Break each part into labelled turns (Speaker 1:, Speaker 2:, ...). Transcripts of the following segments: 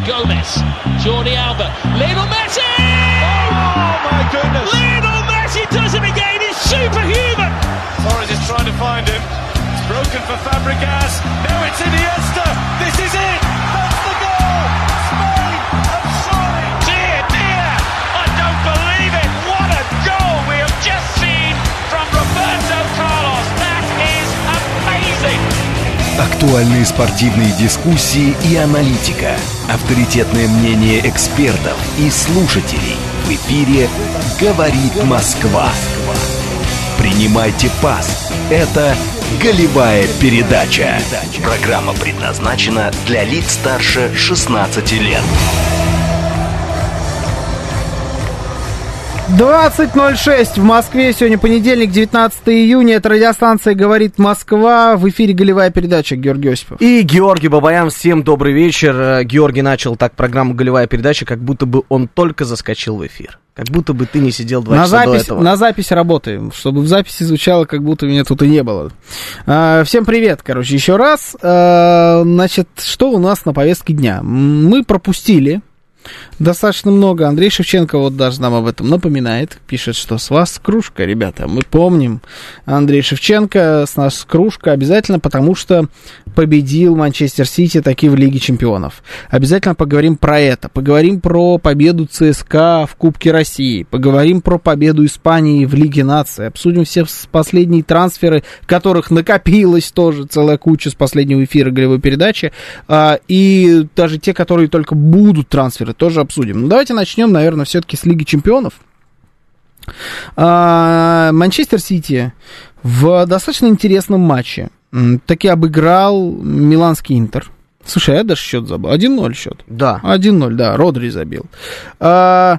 Speaker 1: Gomez, Jordi Alba, Lionel Messi! Oh my goodness! Lionel Messi does it again, he's superhuman!
Speaker 2: Torres is trying to find him, it's broken for Fabregas, now it's Iniesta, this is it! That's the goal! Spain have soaring!
Speaker 1: Dear, dear, I don't believe it! What a goal we have just seen from Roberto Carlos! That is amazing!
Speaker 3: Актуальные спортивные дискуссии и аналитика. Авторитетное мнение экспертов и слушателей. В эфире «Говорит Москва». Принимайте пас. Это «Голевая передача». Программа предназначена для лиц старше 16 лет.
Speaker 4: 20:06 в Москве. Сегодня понедельник, 19 июня. Это радиостанция «Говорит Москва». В эфире «Голевая передача». Георгий Осипов.
Speaker 5: И Георгий Бабаян. Всем добрый вечер. Георгий начал так программу «Голевая передача», как будто бы он только заскочил в эфир. Как будто бы ты не сидел 2 часа до этого.
Speaker 4: На запись работаем, чтобы в записи звучало, как будто меня тут и не было. Всем привет, короче, еще раз. Значит, что у нас на повестке дня? Мы пропустили достаточно много. Андрей Шевченко вот даже нам об этом напоминает. Пишет, что с вас кружка, ребята. Мы помним. Андрей Шевченко, с нас кружка обязательно, потому что победил Манчестер Сити таки в Лиге Чемпионов. Обязательно поговорим про это. Поговорим про победу ЦСКА в Кубке России. Поговорим про победу Испании в Лиге Наций. Обсудим все последние трансферы, которых накопилось тоже целая куча с последнего эфира голевой передачи. И даже те, которые только будут трансферы, тоже обсудим. Ну, давайте начнем, наверное, все-таки с Лиги Чемпионов. Манчестер Сити в достаточно интересном матче таки обыграл миланский Интер. Слушай, я даже счет забыл. 1-0 счет.
Speaker 5: Да.
Speaker 4: 1-0, да, Родри забил. Но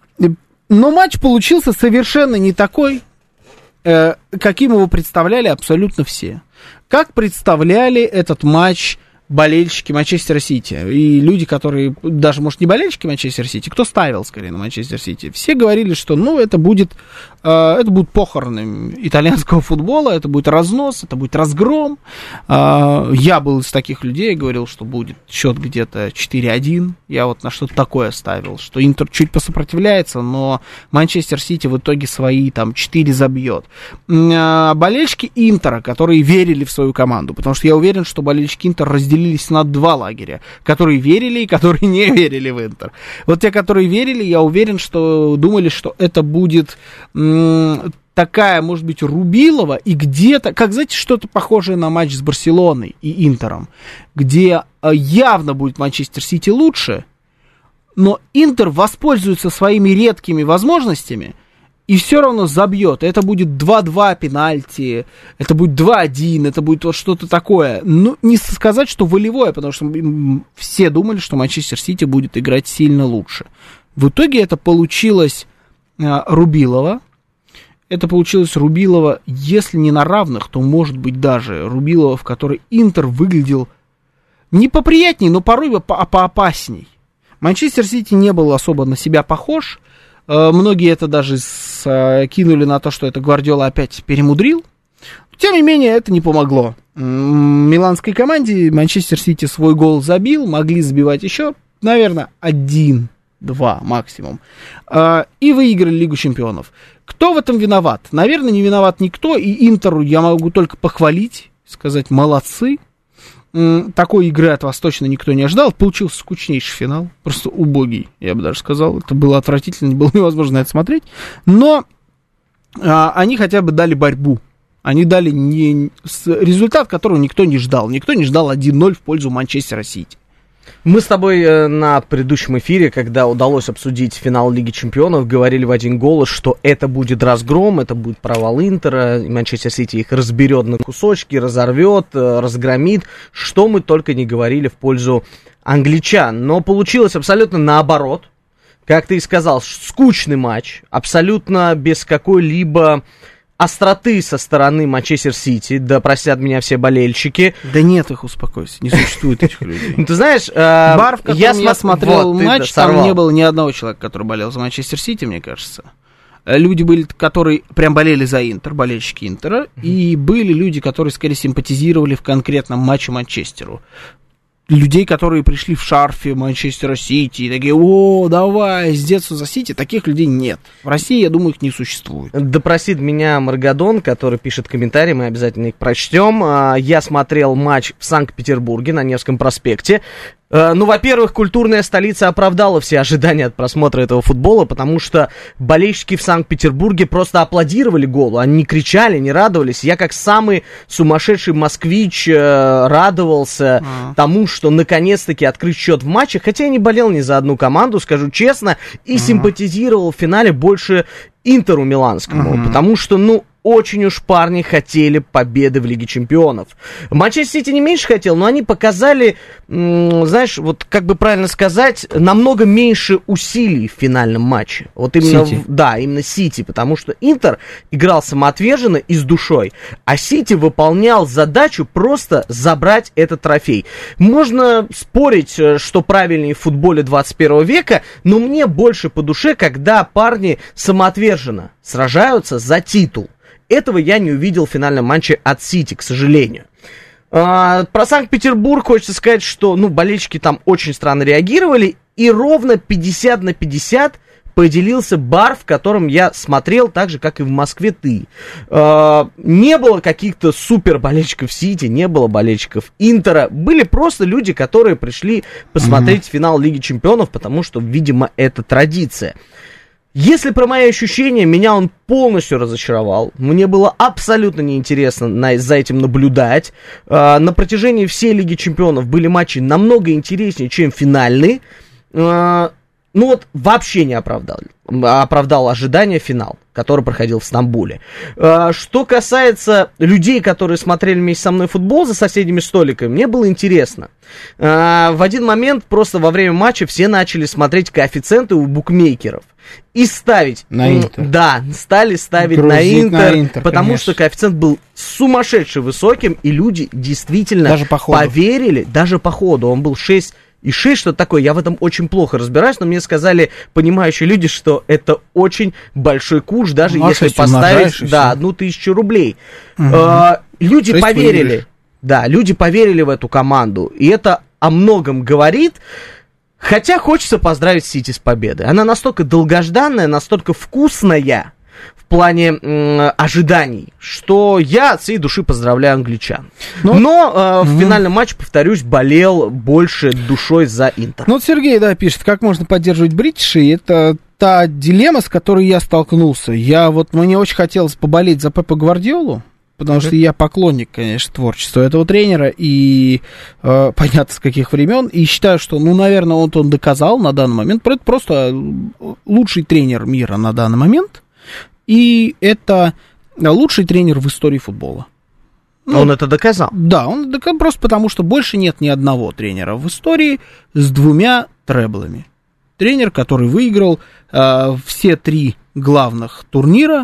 Speaker 4: матч получился совершенно не такой, каким его представляли абсолютно все. Как представляли этот матч болельщики Манчестер Сити и люди, которые даже, может, не болельщики Манчестер Сити, кто ставил скорее на Манчестер Сити, все говорили, что, ну, это будут похороны итальянского футбола, это будет разнос, это будет разгром. Я был из таких людей, говорил, что будет счет где-то 4-1. Я вот на что-то такое ставил, что Интер чуть посопротивляется, но Манчестер Сити в итоге свои там 4 забьет. Болельщики Интера, которые верили в свою команду, потому что я уверен, что болельщики Интера разделились на 2 лагеря, которые верили и которые не верили в Интер. Вот те, которые верили, я уверен, что думали, что это будет такая, может быть, Рубилова, и где-то, как, знаете, что-то похожее на матч с Барселоной и Интером, где явно будет Манчестер Сити лучше, но Интер воспользуется своими редкими возможностями и все равно забьет. Это будет 2-2 пенальти, это будет 2-1, это будет вот что-то такое. Ну, не сказать, что волевое, потому что все думали, что Манчестер Сити будет играть сильно лучше. В итоге это получилось Рубилова. Это получилось Рубилова, если не на равных, то, может быть, даже Рубилова, в которой Интер выглядел не поприятней, но порой поопасней. Манчестер Сити не был особо на себя похож. Многие это даже кинули на то, что это Гвардиола опять перемудрил. Тем не менее, это не помогло. Миланской команде Манчестер Сити свой гол забил, могли забивать еще, наверное, 1-2 максимум. И выиграли Лигу Чемпионов. Кто в этом виноват? Наверное, не виноват никто, и Интеру я могу только похвалить, сказать, молодцы. Такой игры от вас точно никто не ожидал. Получился скучнейший финал, просто убогий, я бы даже сказал. Это было отвратительно, было невозможно это смотреть. Но они хотя бы дали борьбу. Они дали результат, которого никто не ждал. Никто не ждал 1-0 в пользу Манчестера Сити.
Speaker 5: Мы с тобой на предыдущем эфире, когда удалось обсудить финал Лиги Чемпионов, говорили в один голос, что это будет разгром, это будет провал Интера, и Манчестер Сити их разберет на кусочки, разорвет, разгромит, что мы только не говорили в пользу англичан. Но получилось абсолютно наоборот. Как ты и сказал, скучный матч, абсолютно без какой-либо остроты со стороны Манчестер Сити, да простят меня все болельщики.
Speaker 4: Да нет их, успокойся, не существует этих людей.
Speaker 5: Ты знаешь,
Speaker 4: бар, в котором я смотрел матч, там не было ни одного человека, который болел за Манчестер Сити, мне кажется. Люди были, которые прям болели за Интер, болельщики Интера, и были люди, которые скорее симпатизировали в конкретном матче Манчестеру. людей, которые пришли в шарфе Манчестера Сити, и такие, о, давай, с детства за Сити, таких людей нет. В России, я думаю, их не существует.
Speaker 5: Допросит меня Маргадон, который пишет комментарии, мы обязательно их прочтем. Я смотрел матч в Санкт-Петербурге на Невском проспекте. Ну, во-первых, культурная столица оправдала все ожидания от просмотра этого футбола, потому что болельщики в Санкт-Петербурге просто аплодировали голу, они не кричали, не радовались. Я, как самый сумасшедший москвич, радовался тому, что наконец-таки открыть счет в матче, хотя я не болел ни за одну команду, скажу честно, и симпатизировал в финале больше Интеру миланскому, потому что, ну, очень уж парни хотели победы в Лиге Чемпионов. Манчестер Сити не меньше хотел, но они показали, знаешь, вот как бы правильно сказать, намного меньше усилий в финальном матче. Вот именно, именно Сити, потому что Интер играл самоотверженно и с душой, а Сити выполнял задачу просто забрать этот трофей. Можно спорить, что правильнее в футболе 21 века, но мне больше по душе, когда парни самоотверженно сражаются за титул. Этого я не увидел в финальном матче от Сити, к сожалению. Про Санкт-Петербург хочется сказать, что болельщики там очень странно реагировали, и ровно 50 на 50 поделился бар, в котором я смотрел, так же, как и в Москве ты. Не было каких-то супер болельщиков Сити, не было болельщиков Интера. Были просто люди, которые пришли посмотреть финал Лиги Чемпионов, потому что, видимо, это традиция. Если про мои ощущения, меня он полностью разочаровал. Мне было абсолютно неинтересно за этим наблюдать. На протяжении всей Лиги Чемпионов были матчи намного интереснее, чем финальные. Вообще не оправдал ожидания финал, который проходил в Стамбуле. Что касается людей, которые смотрели вместе со мной футбол за соседними столиками, мне было интересно. В один момент просто во время матча все начали смотреть коэффициенты у букмекеров и ставить
Speaker 4: на Интер.
Speaker 5: Да, стали ставить на Интер, потому конечно. Что коэффициент был сумасшедше высоким, и люди действительно даже поверили, даже по ходу. Он был 6,6, что-то такое. Я в этом очень плохо разбираюсь, но мне сказали понимающие люди, что это очень большой куш, даже если поставить 1000 рублей. Люди поверили. Да, люди поверили в эту команду, и это о многом говорит. Хотя хочется поздравить Сити с победой. Она настолько долгожданная, настолько вкусная в плане ожиданий, что я от всей души поздравляю англичан. Но в финальном матче, повторюсь, болел больше душой за Интер.
Speaker 4: Сергей, пишет, как можно поддерживать бритишей. Это та дилемма, с которой я столкнулся. Мне очень хотелось поболеть за Пепа Гвардиолу, потому что я поклонник, конечно, творчества этого тренера, и понятно, с каких времен, и считаю, что, наверное, он доказал на данный момент, это просто лучший тренер мира на данный момент, и это лучший тренер в истории футбола.
Speaker 5: Он это доказал?
Speaker 4: Да, он доказал просто потому, что больше нет ни одного тренера в истории с 2 треблами. Тренер, который выиграл все 3 главных турнира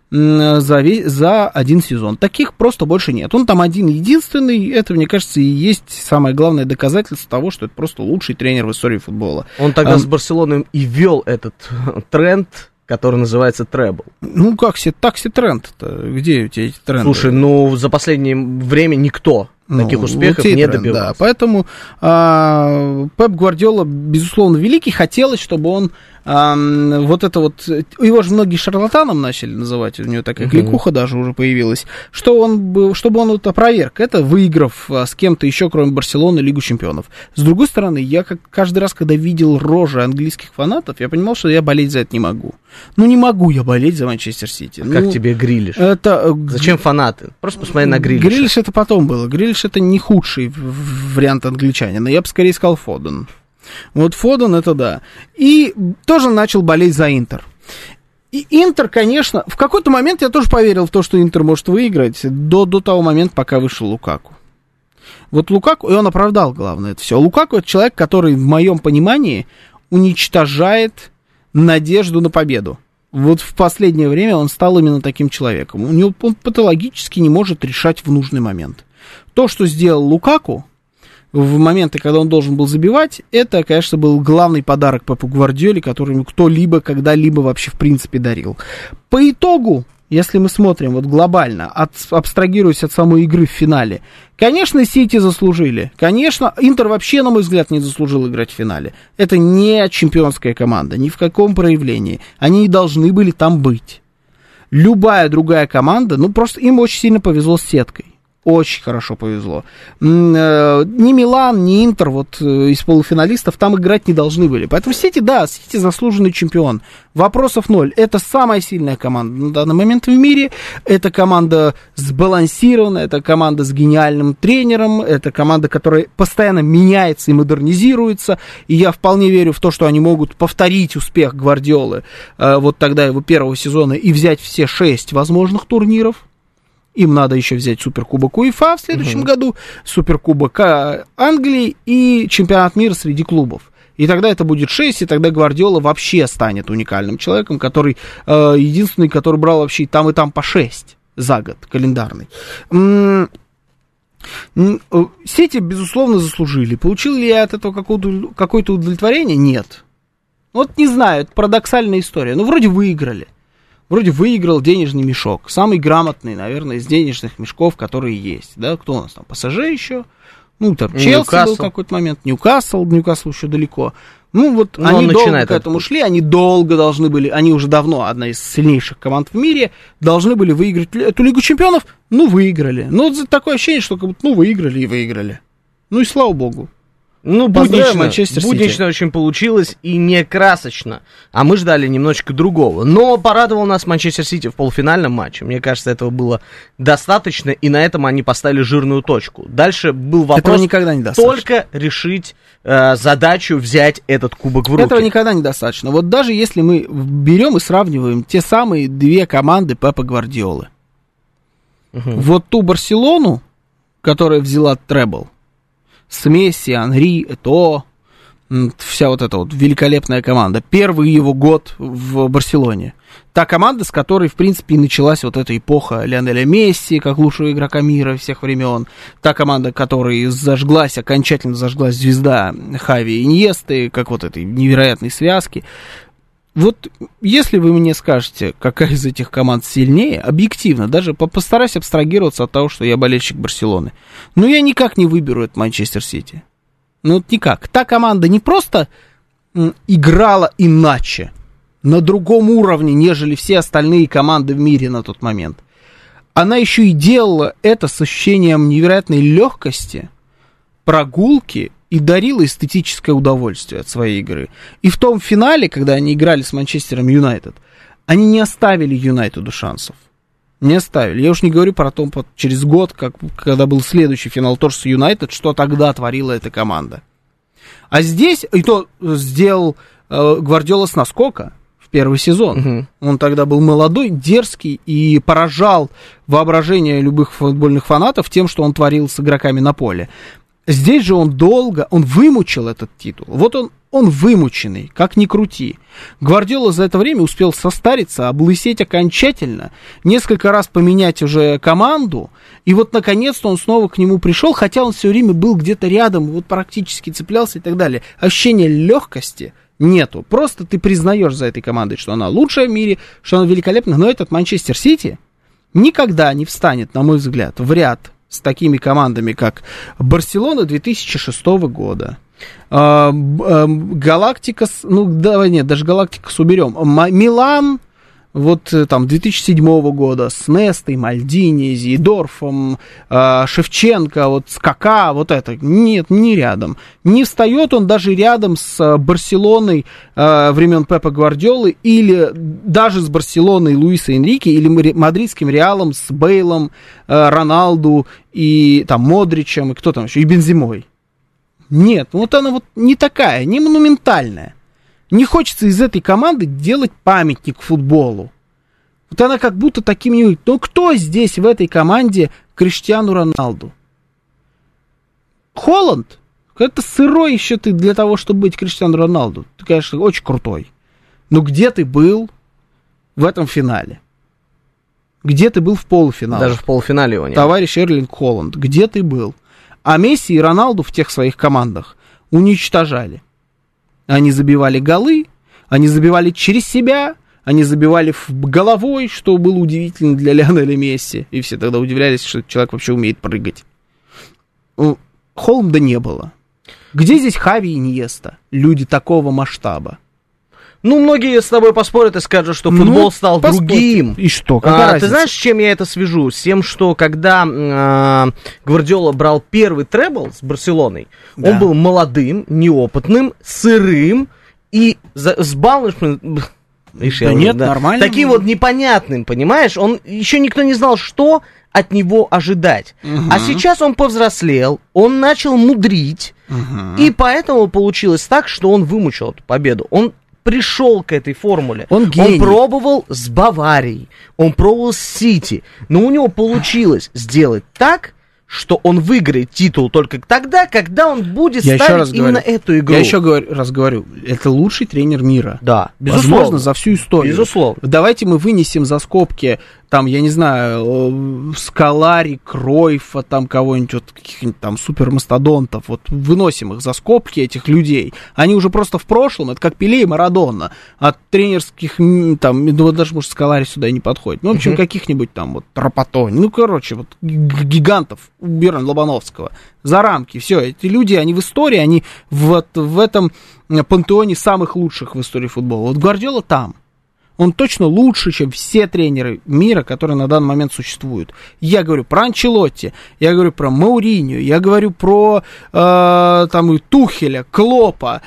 Speaker 4: за один сезон. Таких просто больше нет. Он там один-единственный. Это, мне кажется, и есть самое главное доказательство того, что это просто лучший тренер в истории футбола.
Speaker 5: Он тогда с Барселоной и ввел этот тренд, который называется требл.
Speaker 4: Как такси тренд-то? Где у тебя эти тренды?
Speaker 5: Слушай, за последнее время никто таких успехов не добивался. Да,
Speaker 4: поэтому Пеп Гвардиола, безусловно, великий. Хотелось, чтобы он его же многие шарлатаном начали называть, у него такая кликуха даже уже появилась, чтобы он опроверг это, выиграв с кем-то еще, кроме Барселоны, Лигу Чемпионов. С другой стороны, я каждый раз, когда видел рожи английских фанатов, я понимал, что я болеть за это не могу. Не могу я болеть за Манчестер Сити.
Speaker 5: Как тебе Грилиш? Зачем фанаты? Просто посмотри на Грилиша.
Speaker 4: Грилиш это потом было. Грилиш это не худший вариант англичанина. Я бы скорее сказал Фоден. Фоден это да. И тоже начал болеть за Интер. И Интер, конечно, в какой-то момент я тоже поверил в то, что Интер может выиграть, до того момента, пока вышел Лукаку. Лукаку, и он оправдал, главное, это все. Лукаку это человек, который, в моем понимании, уничтожает надежду на победу. В последнее время он стал именно таким человеком. Он патологически не может решать в нужный момент. То, что сделал Лукаку в моменты, когда он должен был забивать, это, конечно, был главный подарок Пепу Гвардиоле, который ему кто-либо, когда-либо вообще в принципе дарил. По итогу если мы смотрим вот глобально, абстрагируясь от самой игры в финале, конечно, Сити заслужили. Конечно, Интер вообще, на мой взгляд, не заслужил играть в финале. Это не чемпионская команда, ни в каком проявлении. Они не должны были там быть. Любая другая команда, ну, просто им очень сильно повезло с сеткой. Очень хорошо повезло. Ни Милан, ни Интер вот из полуфиналистов там играть не должны были. Поэтому Сити, да, Сити заслуженный чемпион. Вопросов ноль. Это самая сильная команда на данный момент в мире. Это команда сбалансированная, это команда с гениальным тренером, это команда, которая постоянно меняется и модернизируется. И я вполне верю в то, что они могут повторить успех Гвардиолы вот тогда его первого сезона и взять все 6 возможных турниров. Им надо еще взять Суперкубок УЕФА в следующем году, Суперкубок Англии и чемпионат мира среди клубов. И тогда это будет 6, и тогда Гвардиола вообще станет уникальным человеком, который единственный, который брал вообще и там по 6 за год календарный. Сити, безусловно, заслужили. Получил ли я от этого какое-то удовлетворение? Нет. Вот не знаю, это парадоксальная история. Ну, вроде выиграли. Вроде выиграл денежный мешок. Самый грамотный, наверное, из денежных мешков, которые есть. Да, кто у нас там? ПСЖ еще? Ну, там Челси был в какой-то момент. Ньюкасл еще далеко. Ну, вот они долго к этому шли, они долго должны были, они уже давно одна из сильнейших команд в мире, должны были выиграть эту Лигу Чемпионов, ну, выиграли. Ну, вот такое ощущение, что как будто, выиграли и выиграли. Ну, и слава богу.
Speaker 5: Ну, буднично очень получилось и не красочно. А мы ждали немножечко другого. Но порадовал нас Манчестер Сити в полуфинальном матче. Мне кажется, этого было достаточно, и на этом они поставили жирную точку. Дальше был вопрос только решить задачу взять этот кубок в руки.
Speaker 4: Этого никогда не достаточно. Вот даже если мы берем и сравниваем те самые 2 команды Пепа Гвардиолы. Вот ту Барселону, которая взяла требл, с Месси, Анри, Этоо, вся вот эта вот великолепная команда. Первый его год в Барселоне. Та команда, с которой, в принципе, и началась вот эта эпоха Лионеля Месси, как лучшего игрока мира всех времен. Та команда, которой окончательно зажглась звезда Хави и Иньесты, как вот этой невероятной связки. Вот если вы мне скажете, какая из этих команд сильнее, объективно, даже постараюсь абстрагироваться от того, что я болельщик Барселоны, но я никак не выберу это Манчестер Сити. Ну вот никак. Та команда не просто играла иначе, на другом уровне, нежели все остальные команды в мире на тот момент. Она еще и делала это с ощущением невероятной легкости, прогулки, и дарила эстетическое удовольствие от своей игры. И в том финале, когда они играли с Манчестером Юнайтед, они не оставили Юнайтеду шансов. Не оставили. Я уж не говорю про то, через год, когда был следующий финал тоже с Юнайтед, что тогда творила эта команда. А здесь, и то сделал Гвардиола с наскока в первый сезон. Он тогда был молодой, дерзкий и поражал воображение любых футбольных фанатов тем, что он творил с игроками на поле. Здесь же он вымучил этот титул. Вот он вымученный, как ни крути. Гвардиола за это время успел состариться, облысеть окончательно, несколько раз поменять уже команду, и вот наконец-то он снова к нему пришел, хотя он все время был где-то рядом, вот практически цеплялся и так далее. Ощущения легкости нету. Просто ты признаешь за этой командой, что она лучшая в мире, что она великолепна, но этот Манчестер Сити никогда не встанет, на мой взгляд, в ряд с такими командами, как Барселона 2006 года, Галактикос, даже Галактикос уберем, Милан, вот там 2007 года, с Нестой, Мальдини, Зейдорфом, Шевченко, вот с Кака, вот это, нет, не рядом. Не встает он даже рядом с Барселоной времен Пепа Гвардиолы, или даже с Барселоной Луиса Энрике, или мадридским Реалом с Бейлом, Роналду и там Модричем, и кто там еще, и Бенземой. Нет, вот она вот не такая, не монументальная. Не хочется из этой команды делать памятник футболу. Вот она как будто таким... Ну, кто здесь в этой команде Криштиану Роналду? Холланд? Это сырой еще ты для того, чтобы быть Криштиану Роналду. Ты, конечно, очень крутой. Но где ты был в этом финале? Где ты был в полуфинале?
Speaker 5: Даже в полуфинале его нет.
Speaker 4: Товарищ Эрлинг Холланд, где ты был? А Месси и Роналду в тех своих командах уничтожали. Они забивали голы, они забивали через себя, они забивали головой, что было удивительно для Лионеля Месси, и все тогда удивлялись, что человек вообще умеет прыгать. Холланда не было. Где здесь Хави и Иньеста? Люди такого масштаба.
Speaker 5: Ну, многие с тобой поспорят и скажут, что футбол стал другим.
Speaker 4: И что? Какая разница?
Speaker 5: Ты знаешь, с чем я это свяжу? С тем, что когда Гвардиола брал первый требл с Барселоной, он был молодым, неопытным, сырым и с баллом...
Speaker 4: Нормально.
Speaker 5: Таким вот непонятным, понимаешь? Еще никто не знал, что от него ожидать. А сейчас он повзрослел, он начал мудрить, и поэтому получилось так, что он вымучил эту победу. Он пришел к этой формуле.
Speaker 4: Он
Speaker 5: пробовал с Баварией, он пробовал с Сити, но у него получилось сделать так, что он выиграет титул только тогда, когда он будет ставить именно эту игру.
Speaker 4: Я еще раз говорю, это лучший тренер мира.
Speaker 5: Да,
Speaker 4: безусловно. Возможно, за всю историю.
Speaker 5: Безусловно.
Speaker 4: Давайте мы вынесем за скобки, там, я не знаю, Скалари, Кройфа, там кого-нибудь, вот, каких-нибудь там супермастодонтов, вот выносим их за скобки, этих людей. Они уже просто в прошлом, это как Пеле и Марадона. От тренерских, там, ну, даже, может, Скалари сюда и не подходит. Ну, в общем, каких-нибудь там, вот, Трапатони, ну, короче, вот, гигантов, Берн Лобановского, за рамки, все, эти люди, они в истории, они вот в этом пантеоне самых лучших в истории футбола. Вот Гвардиола там. Он точно лучше, чем все тренеры мира, которые на данный момент существуют. Я говорю про Анчелотти, я говорю про Мауриньо, я говорю про там, Тухеля, Клопа,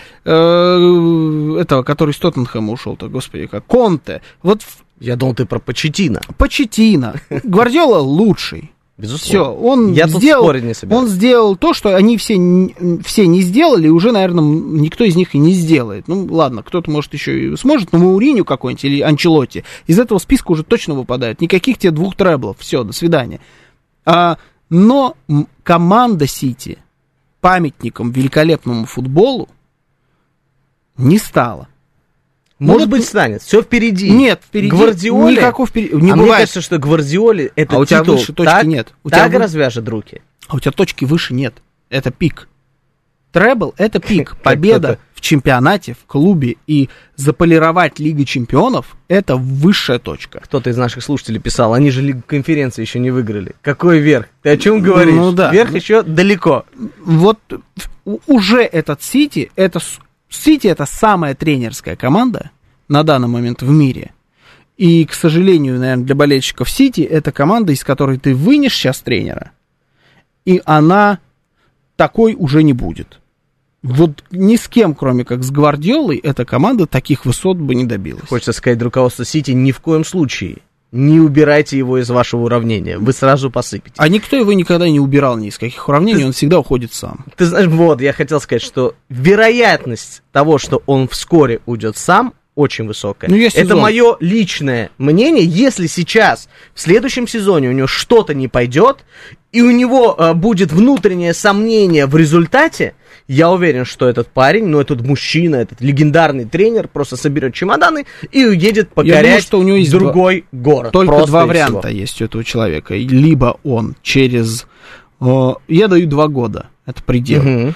Speaker 4: этого, который из Тоттенхэма ушел-то, господи, как Конте. Вот,
Speaker 5: я думал, ты про Почеттино.
Speaker 4: Почеттино. Гвардиола лучший.
Speaker 5: Безусловно.
Speaker 4: Все, он сделал то, что они все не сделали, и уже, наверное, никто из них и не сделает. Ну, ладно, кто-то, может, еще и сможет, но Мауриньо какой-нибудь или Анчелотти из этого списка уже точно выпадают. Никаких тебе 2 треблов. Все, до свидания. Но команда Сити памятником великолепному футболу не стала.
Speaker 5: Может быть, станет. Все впереди.
Speaker 4: Нет, впереди.
Speaker 5: Гвардиоле.
Speaker 4: Никакого впереди. Не
Speaker 5: мне кажется, что Гвардиоле это
Speaker 4: у тебя
Speaker 5: титул
Speaker 4: выше точки нет.
Speaker 5: Так развяжет руки.
Speaker 4: А у тебя точки выше нет. Это пик. Требл — это пик. Победа в чемпионате, в клубе и заполировать Лигу чемпионов — это высшая точка.
Speaker 5: Кто-то из наших слушателей писал, они же Лигу конференции еще не выиграли. Какой верх? Ты о чем говоришь?
Speaker 4: Ну, да.
Speaker 5: Верх еще далеко.
Speaker 4: Вот уже этот Сити, Сити — это самая тренерская команда на данный момент в мире. И, к сожалению, наверное, для болельщиков Сити это команда, из которой ты вынешь сейчас тренера, и она такой уже не будет. Вот ни с кем, кроме как с Гвардиолой, эта команда таких высот бы не добилась.
Speaker 5: Хочется сказать, руководство Сити, ни в коем случае не убирайте его из вашего уравнения, вы сразу посыпете.
Speaker 4: А никто его никогда не убирал ни из каких уравнений, он всегда уходит сам.
Speaker 5: Ты знаешь, вот, я хотел сказать, что вероятность того, что он вскоре уйдет сам, очень высокая. Это мое личное мнение. Если сейчас, в следующем сезоне у него что-то не пойдет, и у него будет внутреннее сомнение в результате, я уверен, что этот парень, ну, этот мужчина, этот легендарный тренер просто соберет чемоданы и уедет покорять
Speaker 4: думаю, что у него есть
Speaker 5: другой город.
Speaker 4: Только
Speaker 5: просто
Speaker 4: 2 варианта есть у этого человека. Либо он через... я даю 2 года. Это предел.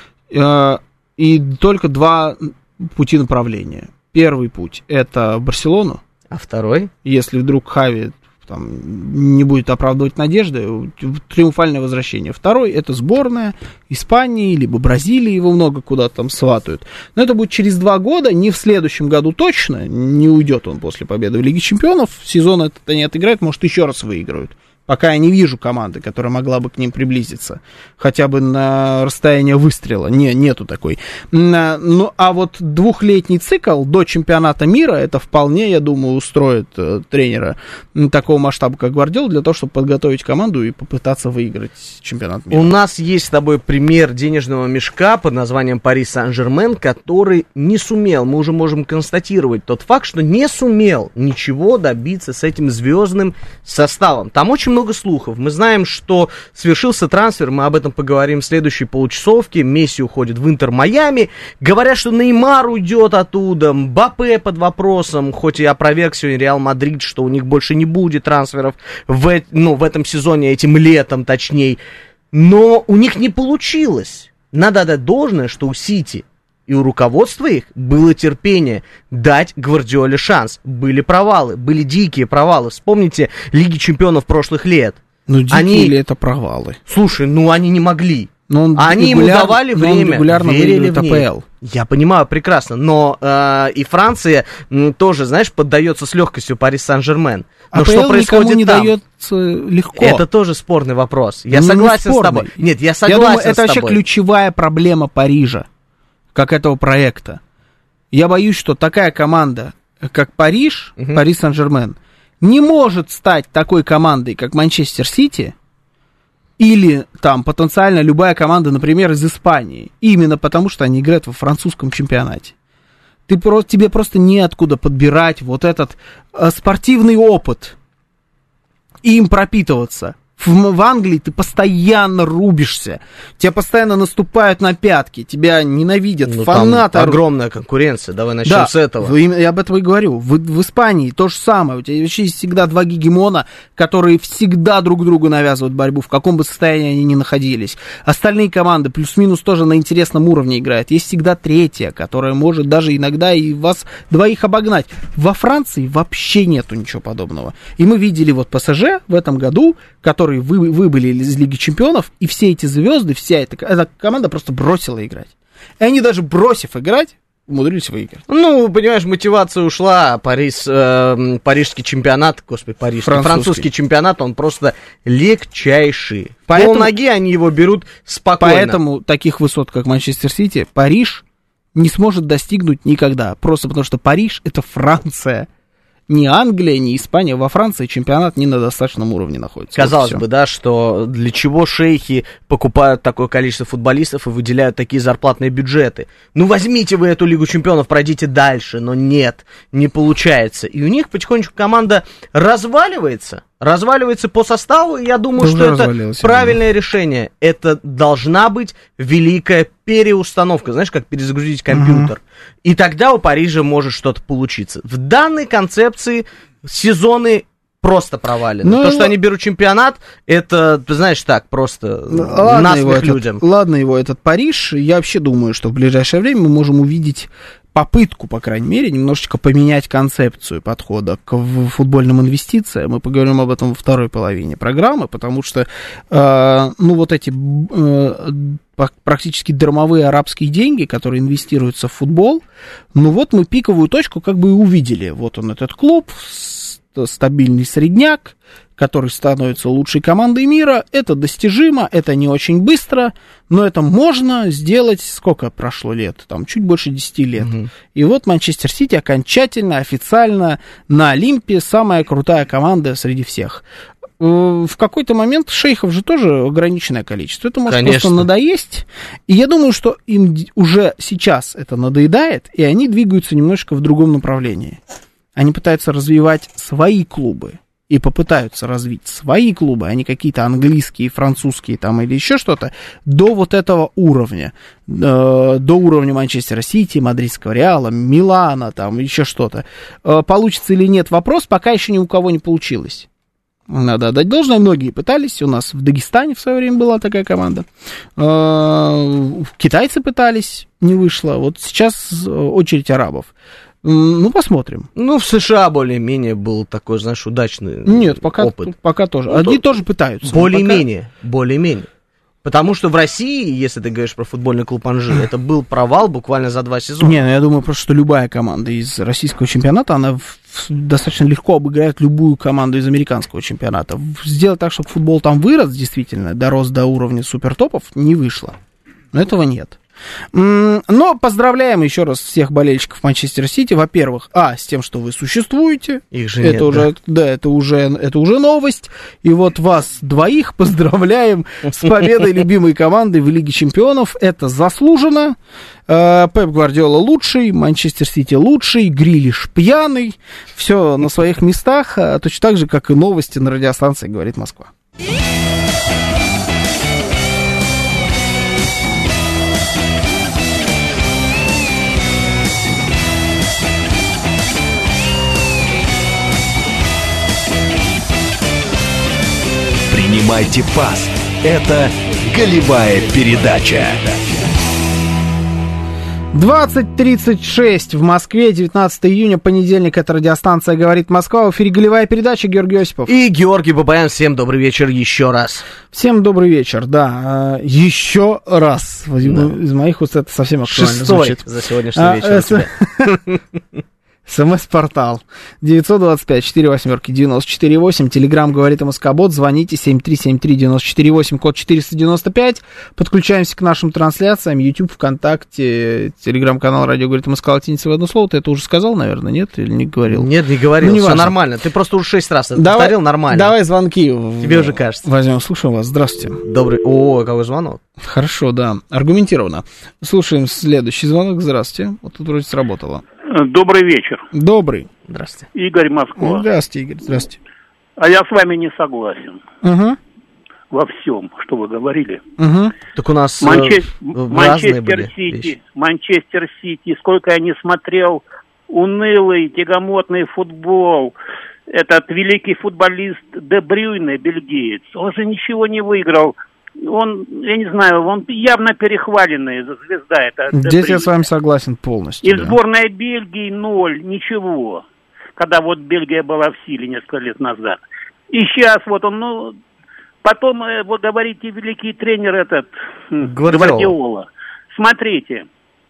Speaker 4: И только 2 пути направления. Первый путь — это Барселону.
Speaker 5: А второй?
Speaker 4: Если вдруг Хави там не будет оправдывать надежды, триумфальное возвращение. Второй — это сборная Испании, либо Бразилии, его много куда-то там сватают. Но это будет через 2 года, не в следующем году точно, не уйдет он после победы в Лиге Чемпионов, сезон этот они отыграют, может, еще раз выиграют. Пока я не вижу команды, которая могла бы к ним приблизиться. Хотя бы на расстояние выстрела. Нету такой. Ну, а вот 2-летний цикл до чемпионата мира, это вполне, я думаю, устроит тренера такого масштаба, как Гвардиола, для того, чтобы подготовить команду и попытаться выиграть чемпионат мира.
Speaker 5: У нас есть с тобой пример денежного мешка под названием Пари Сен-Жермен, который не сумел, мы уже можем констатировать тот факт, что не сумел ничего добиться с этим звездным составом. Там очень много слухов. Мы знаем, что свершился трансфер, мы об этом поговорим в следующей получасовке. Месси уходит в Интер Майами. Говорят, что Неймар уйдет оттуда. Мбаппе под вопросом, хоть и опроверг сегодня Реал Мадрид, что у них больше не будет трансферов в этом сезоне, этим летом точнее. Но у них не получилось. Надо отдать должное, что у Сити и И у руководства их было терпение дать Гвардиоле шанс. Были провалы, были дикие провалы. Вспомните Лиги Чемпионов прошлых лет.
Speaker 4: Ну, дикие ли это провалы?
Speaker 5: Слушай, они не могли.
Speaker 4: Но
Speaker 5: они ему давали время,
Speaker 4: регулярно
Speaker 5: верили в
Speaker 4: АПЛ.
Speaker 5: Я понимаю прекрасно, но и Франция тоже, знаешь, поддается с легкостью Пари Сен-Жермен. Но
Speaker 4: АПЛ
Speaker 5: что происходит
Speaker 4: никому не
Speaker 5: там?
Speaker 4: дается легко.
Speaker 5: Это тоже спорный вопрос. Я
Speaker 4: Ну,
Speaker 5: согласен
Speaker 4: не
Speaker 5: с тобой. Нет, я согласен
Speaker 4: думаю,
Speaker 5: с
Speaker 4: это
Speaker 5: тобой.
Speaker 4: вообще ключевая проблема Парижа, как этого проекта. Я боюсь, что такая команда, как Париж, Пари Сен-Жермен, не может стать такой командой, как Манчестер Сити, или там потенциально любая команда, например, из Испании, именно потому, что они играют во французском чемпионате. Тебе просто неоткуда подбирать вот этот спортивный опыт и им пропитываться. В Англии ты постоянно рубишься, тебя постоянно наступают на пятки, тебя ненавидят фанаты.
Speaker 5: Там огромная конкуренция, давай начнем с этого.
Speaker 4: Я об этом и говорю. В Испании то же самое. У тебя вообще есть всегда два гегемона, которые всегда друг другу навязывают борьбу, в каком бы состоянии они ни находились. Остальные команды плюс-минус тоже на интересном уровне играют. Есть всегда третья, которая может даже иногда и вас двоих обогнать. Во Франции вообще нету ничего подобного. И мы видели вот ПСЖ в этом году, которые выбыли из Лиги Чемпионов, и все эти звезды, вся эта команда просто бросила играть. И они даже бросив играть, умудрились выиграть.
Speaker 5: Ну, понимаешь, мотивация ушла, парижский чемпионат, французский чемпионат, он просто легчайший. Полноги они его берут спокойно.
Speaker 4: Поэтому таких высот, как Манчестер Сити, Париж не сможет достигнуть никогда. Просто потому что Париж — это Франция. Ни Англия, ни Испания. Во Франции чемпионат не на достаточном уровне находится.
Speaker 5: Казалось бы, да, что для чего шейхи покупают такое количество футболистов и выделяют такие зарплатные бюджеты. Ну, возьмите вы эту Лигу Чемпионов, пройдите дальше. Но нет, не получается. И у них потихонечку команда разваливается по составу, и я думаю, что это правильное решение. Это должна быть великая переустановка, знаешь, как перезагрузить компьютер. И тогда у Парижа может что-то получиться. В данной концепции сезоны просто провалены. То, что они берут чемпионат, это, ты знаешь, так, просто насмех людям.
Speaker 4: Ладно его этот Париж, я вообще думаю, что в ближайшее время мы можем увидеть попытку, по крайней мере, немножечко поменять концепцию подхода к футбольным инвестициям. Мы поговорим об этом во второй половине программы, потому что, вот эти практически дармовые арабские деньги, которые инвестируются в футбол, мы пиковую точку как бы и увидели. Вот он, этот клуб, стабильный средняк, который становится лучшей командой мира. Это достижимо, это не очень быстро, но это можно сделать. Сколько прошло лет? Там чуть больше 10 лет. И вот Манчестер Сити окончательно, официально на Олимпе самая крутая команда среди всех. В какой-то момент шейхов же тоже ограниченное количество. Это может просто надоесть. И я думаю, что им уже сейчас это надоедает, и они двигаются немножко в другом направлении. Они пытаются развивать свои клубы. И попытаются развить свои клубы, а не какие-то английские, французские там или еще что-то, до вот этого уровня. До уровня Манчестера Сити, Мадридского Реала, Милана, там еще что-то. Получится или нет, вопрос пока еще ни у кого не получилось. Надо отдать должное, многие пытались. У нас в Дагестане в свое время была такая команда. Китайцы пытались, не вышло. Вот сейчас очередь арабов. Посмотрим.
Speaker 5: В США более-менее был такой, знаешь, удачный опыт.
Speaker 4: Пока тоже. Они тоже пытаются.
Speaker 5: Более-менее. Потому что в России, если ты говоришь про футбольный клуб Анжи, это был провал буквально за 2 сезона.
Speaker 4: Я думаю просто, что любая команда из российского чемпионата, она достаточно легко обыграет любую команду из американского чемпионата. Сделать так, чтобы футбол там вырос, действительно, дорос до уровня супертопов, не вышло. Но этого нет. Но поздравляем еще раз всех болельщиков Манчестер Сити. Во-первых, с тем, что вы существуете.
Speaker 5: Их же
Speaker 4: это
Speaker 5: нет,
Speaker 4: уже, это уже новость. И вот вас двоих поздравляем с победой любимой команды в Лиге Чемпионов. Это заслуженно. Пеп Гвардиола лучший, Манчестер Сити лучший, Грилиш пьяный. Все на своих местах, точно так же, как и новости на радиостанции «Говорит Москва».
Speaker 3: Принимайте пас. Это голевая передача.
Speaker 4: 20:36 в Москве, 19 июня, понедельник, это радиостанция «Говорит Москва», в эфире голевая передача, Георгий Осипов.
Speaker 5: И Георгий Бабаян, всем добрый вечер еще раз.
Speaker 4: Всем добрый вечер, да, еще раз. Да. Из моих уст это совсем актуально
Speaker 5: 6-й
Speaker 4: звучит.
Speaker 5: за сегодняшний вечер.
Speaker 4: СМС-портал 925-48-94-8, Телеграм «Говорит МСК-бот», звоните 7373-94-8, код 495, подключаемся к нашим трансляциям, YouTube, ВКонтакте, Телеграм-канал «Радио говорит МСК», латиница в одно слово. Ты это уже сказал, наверное, нет? Или не говорил?
Speaker 5: Нет, не говорил,
Speaker 4: ну,
Speaker 5: все нормально, ты просто уже 6 раз это повторил, нормально.
Speaker 4: Давай звонки.
Speaker 5: Тебе уже кажется.
Speaker 4: Возьмем, слушаем вас, здравствуйте.
Speaker 5: Добрый, какой звонок.
Speaker 4: Хорошо, да, аргументированно. Слушаем следующий звонок, здравствуйте. Вот тут вроде сработало.
Speaker 6: Добрый вечер.
Speaker 4: Добрый.
Speaker 5: Здравствуйте.
Speaker 6: Игорь, Москва.
Speaker 4: Здравствуйте, Игорь, здравствуйте.
Speaker 6: А я с вами не согласен.
Speaker 4: Угу.
Speaker 6: Во всем, что вы говорили.
Speaker 4: Угу.
Speaker 5: Так у нас
Speaker 6: Манчестер Сити, сколько я не смотрел, унылый, тягомотный футбол. Этот великий футболист Де Брюйне, бельгиец, он же ничего не выиграл. Он, я не знаю, он явно перехваленный звезда. Это
Speaker 4: здесь я с вами согласен полностью.
Speaker 6: И сборная Бельгии 0, ничего. Когда вот Бельгия была в силе несколько лет назад. И сейчас вот он, потом, вы говорите, великий тренер этот, Гвардиола. Смотрите,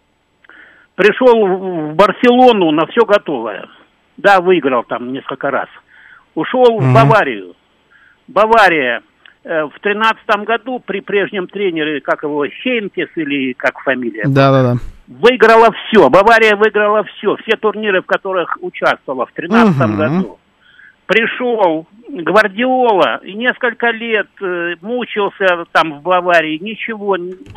Speaker 6: пришел в Барселону на все готовое. Да, выиграл там несколько раз. Ушел в Баварию. Бавария в 13-м году при прежнем тренере, как его, Хейнкес или как фамилия?
Speaker 4: Да.
Speaker 6: Выиграла все. Бавария выиграла все турниры, в которых участвовала в 13-м году. Пришел Гвардиола и несколько лет мучился там в Баварии. Ничего,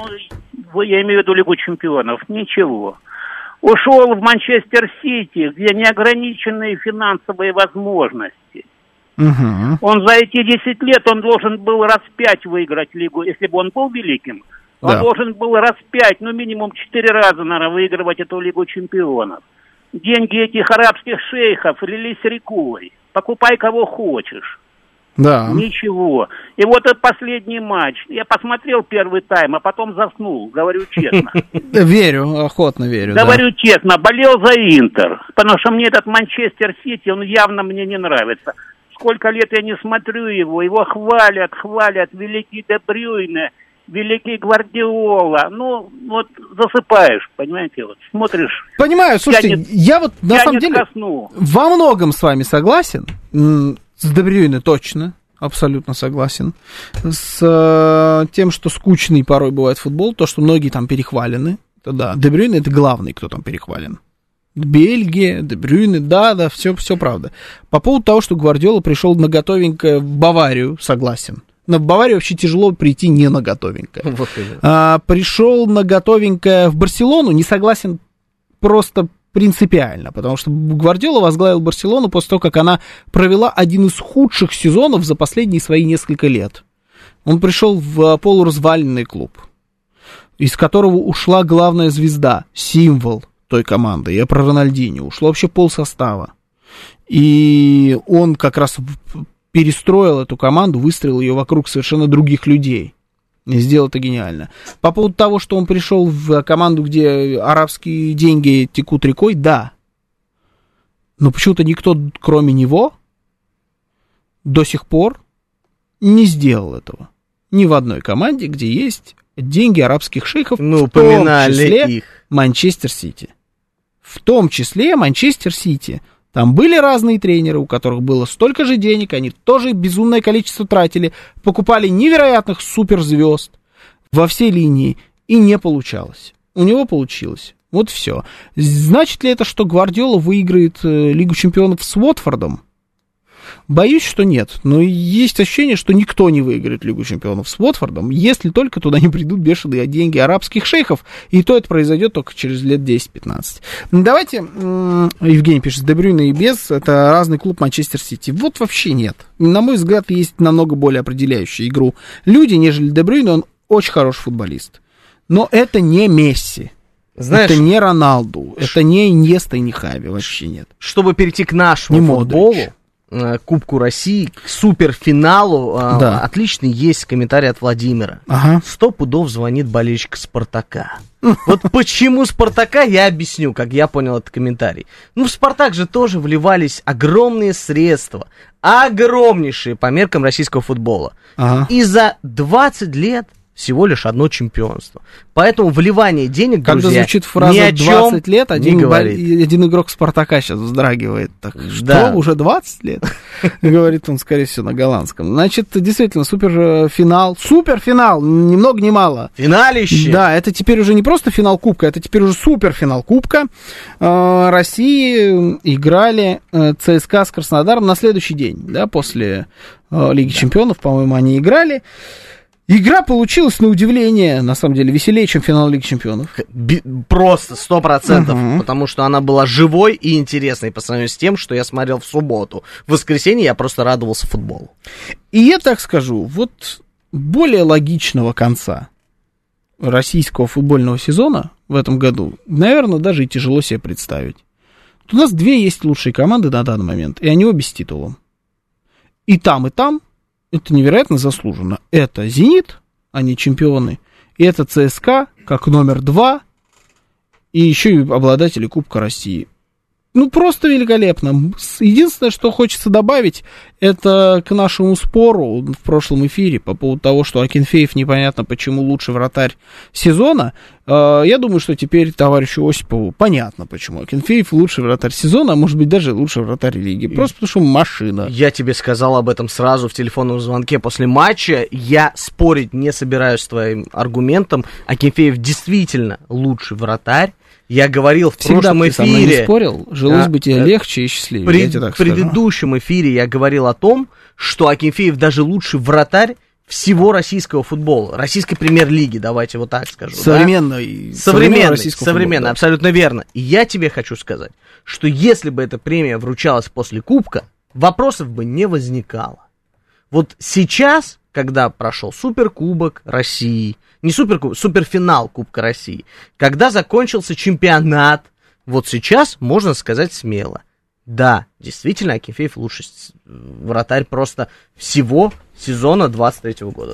Speaker 6: я имею в виду Лигу чемпионов, ничего. Ушел в Манчестер Сити, где неограниченные финансовые возможности. Он за эти 10 лет, он должен был раз 5 выиграть лигу, если бы он был великим. Он должен был раз 5, минимум 4 раза, наверное, выигрывать эту Лигу чемпионов. Деньги этих арабских шейхов лились рекой. Покупай кого хочешь.
Speaker 4: Да.
Speaker 6: Ничего. И вот этот последний матч. Я посмотрел первый тайм, а потом заснул, говорю честно.
Speaker 4: Верю, охотно верю.
Speaker 6: Говорю честно, болел за Интер. Потому что мне этот Манчестер Сити, он явно мне не нравится. Сколько лет я не смотрю его хвалят, великий Де Брюйне, великий Гвардиола. Вот засыпаешь, понимаете, вот смотришь.
Speaker 4: Понимаю, слушайте, я вот на самом деле во многом с вами согласен. С Де Брюйне точно, абсолютно согласен. С тем, что скучный порой бывает футбол, то, что многие там перехвалены. Это да, Де Брюйне это главный, кто там перехвален. Бельгия, Де Брюйне, да, все правда. По поводу того, что Гвардиола пришел на готовенькое в Баварию, согласен. На Баварию вообще тяжело прийти не на готовенькое.
Speaker 5: Вот
Speaker 4: пришел на готовенькое в Барселону, не согласен просто принципиально, потому что Гвардиола возглавил Барселону после того, как она провела один из худших сезонов за последние свои несколько лет. Он пришел в полуразваленный клуб, из которого ушла главная звезда, символ той команды. Я про Рональдиньо. Ушло вообще полсостава. И он как раз перестроил эту команду, выстроил ее вокруг совершенно других людей. И сделал это гениально. По поводу того, что он пришел в команду, где арабские деньги текут рекой, да. Но почему-то никто, кроме него, до сих пор не сделал этого. Ни в одной команде, где есть деньги арабских шейхов, в том числе Манчестер Сити. В том числе Манчестер Сити. Там были разные тренеры, у которых было столько же денег, они тоже безумное количество тратили, покупали невероятных суперзвезд во всей линии, и не получалось. У него получилось. Вот все. Значит ли это, что Гвардиола выиграет Лигу чемпионов с Уотфордом? Боюсь, что нет. Но есть ощущение, что никто не выиграет Лигу чемпионов с Уотфордом, если только туда не придут бешеные деньги арабских шейхов. И то это произойдет только через лет 10-15. Давайте, Евгений пишет, Де Брюйне и без, это разный клуб Манчестер Сити. Вот вообще нет. На мой взгляд, есть намного более определяющие игру люди, нежели Де Брюйне. Он очень хороший футболист. Но это не Месси. Знаешь, это не Роналду. Это не Иньеста и не Хави. Вообще нет.
Speaker 5: Чтобы перейти к нашему футболу, Кубку России, к суперфиналу, отличный есть комментарий от Владимира. 100 пудов звонит болельщик Спартака. Вот почему Спартака, я объясню, как я понял этот комментарий. Ну, в Спартак же тоже вливались огромные средства, огромнейшие по меркам российского футбола.
Speaker 4: Ага.
Speaker 5: И за 20 лет всего лишь одно чемпионство. Поэтому вливание денег,
Speaker 4: Когда
Speaker 5: друзья,
Speaker 4: звучит фраза
Speaker 5: ни о чем
Speaker 4: 20 лет,
Speaker 5: не говорит.
Speaker 4: один игрок Спартака сейчас вздрагивает. Так,
Speaker 5: Да.
Speaker 4: что, уже 20 лет? Говорит он, скорее всего, на голландском. Значит, действительно, суперфинал, ни много ни мало.
Speaker 5: Финалище!
Speaker 4: Да, это теперь уже не просто финал Кубка, это теперь уже суперфинал Кубка. России играли ЦСКА с Краснодаром на следующий день, да, после Лиги Чемпионов, по-моему, они играли. Игра получилась, на удивление, на самом деле, веселее, чем финал Лиги Чемпионов.
Speaker 5: Просто 100%, потому что она была живой и интересной по сравнению с тем, что я смотрел в субботу. В воскресенье я просто радовался футболу.
Speaker 4: И я так скажу, вот более логичного конца российского футбольного сезона в этом году, наверное, даже и тяжело себе представить. У нас две есть лучшие команды на данный момент, и они обе с титулом. И там это невероятно заслуженно. Это «Зенит», они чемпионы, и это ЦСКА, как номер 2, и еще и обладатели Кубка России. Ну, просто великолепно. Единственное, что хочется добавить, это к нашему спору в прошлом эфире по поводу того, что Акинфеев непонятно почему лучший вратарь сезона. Я думаю, что теперь товарищу Осипову понятно, почему Акинфеев лучший вратарь сезона, а может быть даже лучший вратарь лиги. Просто потому что машина.
Speaker 5: Я тебе сказал об этом сразу в телефонном звонке после матча. Я спорить не собираюсь с твоим аргументом. Акинфеев действительно лучший вратарь. Я говорил в прошлом эфире...
Speaker 4: Всегда ты со мной не спорил, жилось бы тебе легче и счастливее,
Speaker 5: В предыдущем эфире я говорил о том, что Акинфеев даже лучший вратарь всего российского футбола, российской премьер-лиги, давайте вот так скажу.
Speaker 4: Современный
Speaker 5: футбола, абсолютно верно. И я тебе хочу сказать, что если бы эта премия вручалась после Кубка, вопросов бы не возникало. Вот сейчас, когда прошел Суперкубок России, не Суперкубок, суперфинал Кубка России, когда закончился чемпионат, вот сейчас можно сказать смело. Да, действительно, Акинфеев лучший вратарь просто всего сезона 23-го года,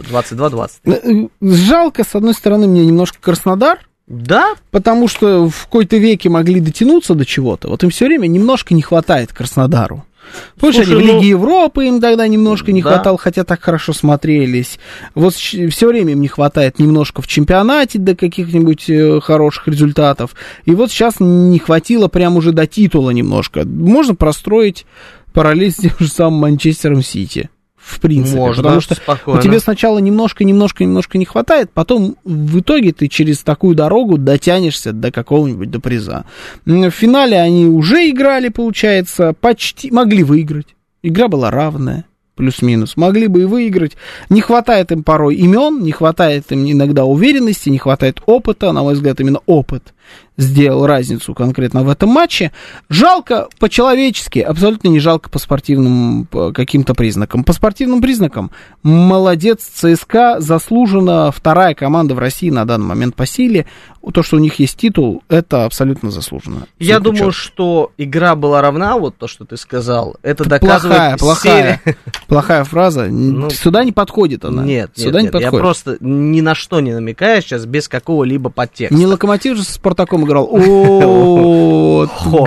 Speaker 5: 22-23.
Speaker 4: Жалко, с одной стороны, мне немножко Краснодар.
Speaker 5: Да.
Speaker 4: Потому что в какой-то веке могли дотянуться до чего-то. Вот им все время немножко не хватает Краснодару. Слушай, они в Лиге Европы им тогда немножко не хватало, хотя так хорошо смотрелись. Вот все время им не хватает немножко в чемпионате до каких-нибудь хороших результатов. И вот сейчас не хватило прям уже до титула немножко. Можно простроить параллель с тем же самым Манчестером Сити. В принципе,
Speaker 5: можно,
Speaker 4: потому что
Speaker 5: спокойно.
Speaker 4: Тебе сначала немножко не хватает, потом в итоге ты через такую дорогу дотянешься до какого-нибудь, до приза. В финале они уже играли, получается, почти могли выиграть. Игра была равная, плюс-минус. Могли бы и выиграть. Не хватает им порой имен, не хватает им иногда уверенности, не хватает опыта. На мой взгляд, именно опыт сделал разницу конкретно в этом матче. Жалко по-человечески, абсолютно не жалко по спортивным каким-то признакам. По спортивным признакам молодец ЦСКА, заслуженно вторая команда в России на данный момент по силе. То, что у них есть титул, это абсолютно заслуженно.
Speaker 5: Я думаю, что игра была равна, вот то, что ты сказал. Это доказывает
Speaker 4: плохая фраза. Сюда не подходит она.
Speaker 5: Нет,
Speaker 4: сюда не подходит.
Speaker 5: Я просто ни на что не намекаю сейчас без какого-либо подтекста.
Speaker 4: Не Локомотив же со Спартаком играл. О,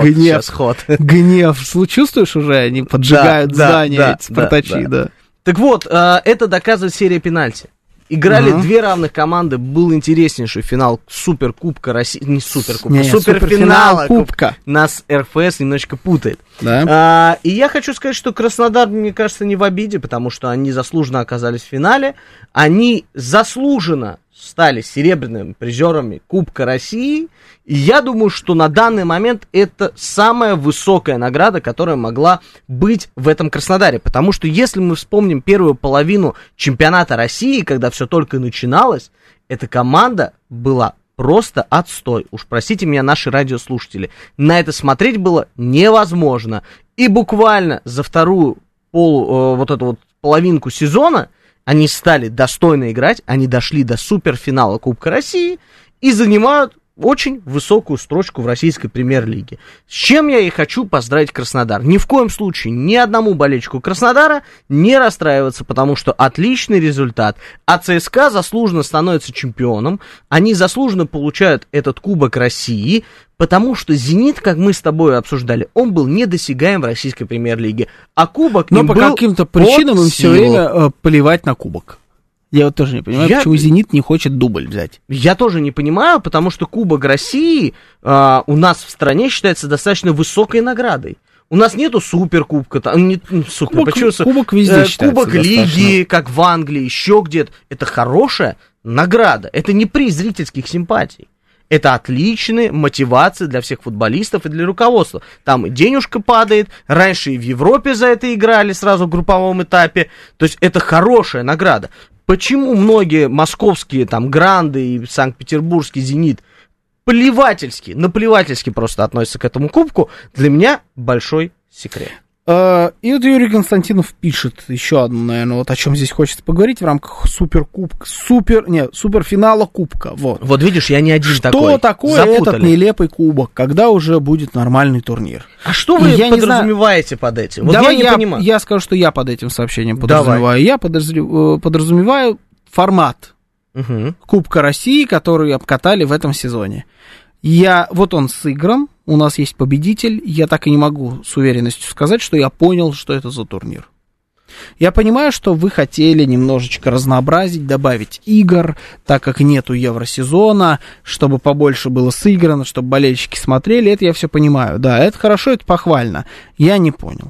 Speaker 4: гнев. Чувствуешь уже? Они поджигают здания, эти спартачи, да.
Speaker 5: Так вот, это доказывает серия пенальти. Играли две равных команды, был интереснейший финал Суперкубка России, не Суперкубка, суперфинала Кубка. Нас РФС немножечко путает.
Speaker 4: Да.
Speaker 5: И я хочу сказать, что Краснодар, мне кажется, не в обиде, потому что они заслуженно оказались в финале, они заслуженно стали серебряными призерами Кубка России, и я думаю, что на данный момент это самая высокая награда, которая могла быть в этом Краснодаре, потому что если мы вспомним первую половину чемпионата России, когда все только начиналось, эта команда была просто отстой. Уж простите меня, наши радиослушатели, на это смотреть было невозможно. И буквально за вторую половинку сезона они стали достойно играть, они дошли до суперфинала Кубка России и занимают очень высокую строчку в российской премьер-лиге. С чем я и хочу поздравить Краснодар. Ни в коем случае ни одному болельщику Краснодара не расстраиваться, потому что отличный результат. А ЦСКА заслуженно становится чемпионом. Они заслуженно получают этот Кубок России, потому что «Зенит», как мы с тобой обсуждали, он был недосягаем в российской премьер-лиге. А Кубок
Speaker 4: Но
Speaker 5: им
Speaker 4: по
Speaker 5: был
Speaker 4: каким-то причинам им все
Speaker 5: под силу.
Speaker 4: время плевать на Кубок. Я вот тоже не понимаю, почему «Зенит» не хочет дубль взять.
Speaker 5: Я тоже не понимаю, потому что Кубок России у нас в стране считается достаточно высокой наградой. У нас нету суперкубка,
Speaker 4: Кубок везде считается
Speaker 5: Кубок Лиги,
Speaker 4: достаточно.
Speaker 5: как в Англии, еще где-то. Это хорошая награда. Это не приз зрительских симпатий. Это отличная мотивация для всех футболистов и для руководства. Там и денежка падает, раньше и в Европе за это играли сразу в групповом этапе. То есть это хорошая награда. Почему многие московские там гранды и санкт-петербургский «Зенит» наплевательски просто относятся к этому кубку, для меня большой секрет.
Speaker 4: И вот Юрий Константинов пишет еще одну, наверное, вот о чем здесь хочется поговорить в рамках суперфинала Кубка. Вот
Speaker 5: Видишь, я не один
Speaker 4: что
Speaker 5: такой.
Speaker 4: Что такое
Speaker 5: Запутали.
Speaker 4: этот нелепый Кубок, когда уже будет нормальный турнир?
Speaker 5: А что вы подразумеваете под этим? Вот
Speaker 4: Давай
Speaker 5: я не понимаю.
Speaker 4: Я скажу, что я под этим сообщением подразумеваю. Я подразумеваю формат Кубка России, который обкатали в этом сезоне. Вот он сыгран, у нас есть победитель, я так и не могу с уверенностью сказать, что я понял, что это за турнир. Я понимаю, что вы хотели немножечко разнообразить, добавить игр, так как нету евросезона, чтобы побольше было сыграно, чтобы болельщики смотрели, это я все понимаю. Да, это хорошо, это похвально. Я не понял.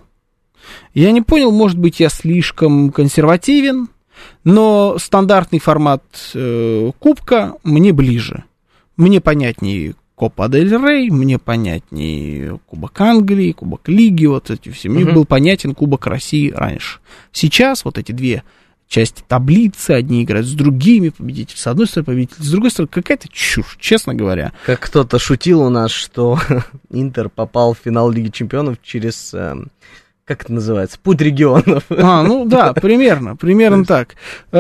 Speaker 4: Может быть, я слишком консервативен, но стандартный формат Кубка мне ближе. Мне понятнее Копа дель Рей, мне понятнее Кубок Англии, Кубок Лиги, вот эти все. Мне был понятен Кубок России раньше. Сейчас вот эти две части таблицы, одни играют с другими, победитель с одной стороны, победитель с другой стороны, какая-то чушь, честно говоря.
Speaker 5: Как кто-то шутил у нас, что Интер попал в финал Лиги Чемпионов через... Как это называется? Путь регионов.
Speaker 4: Примерно так.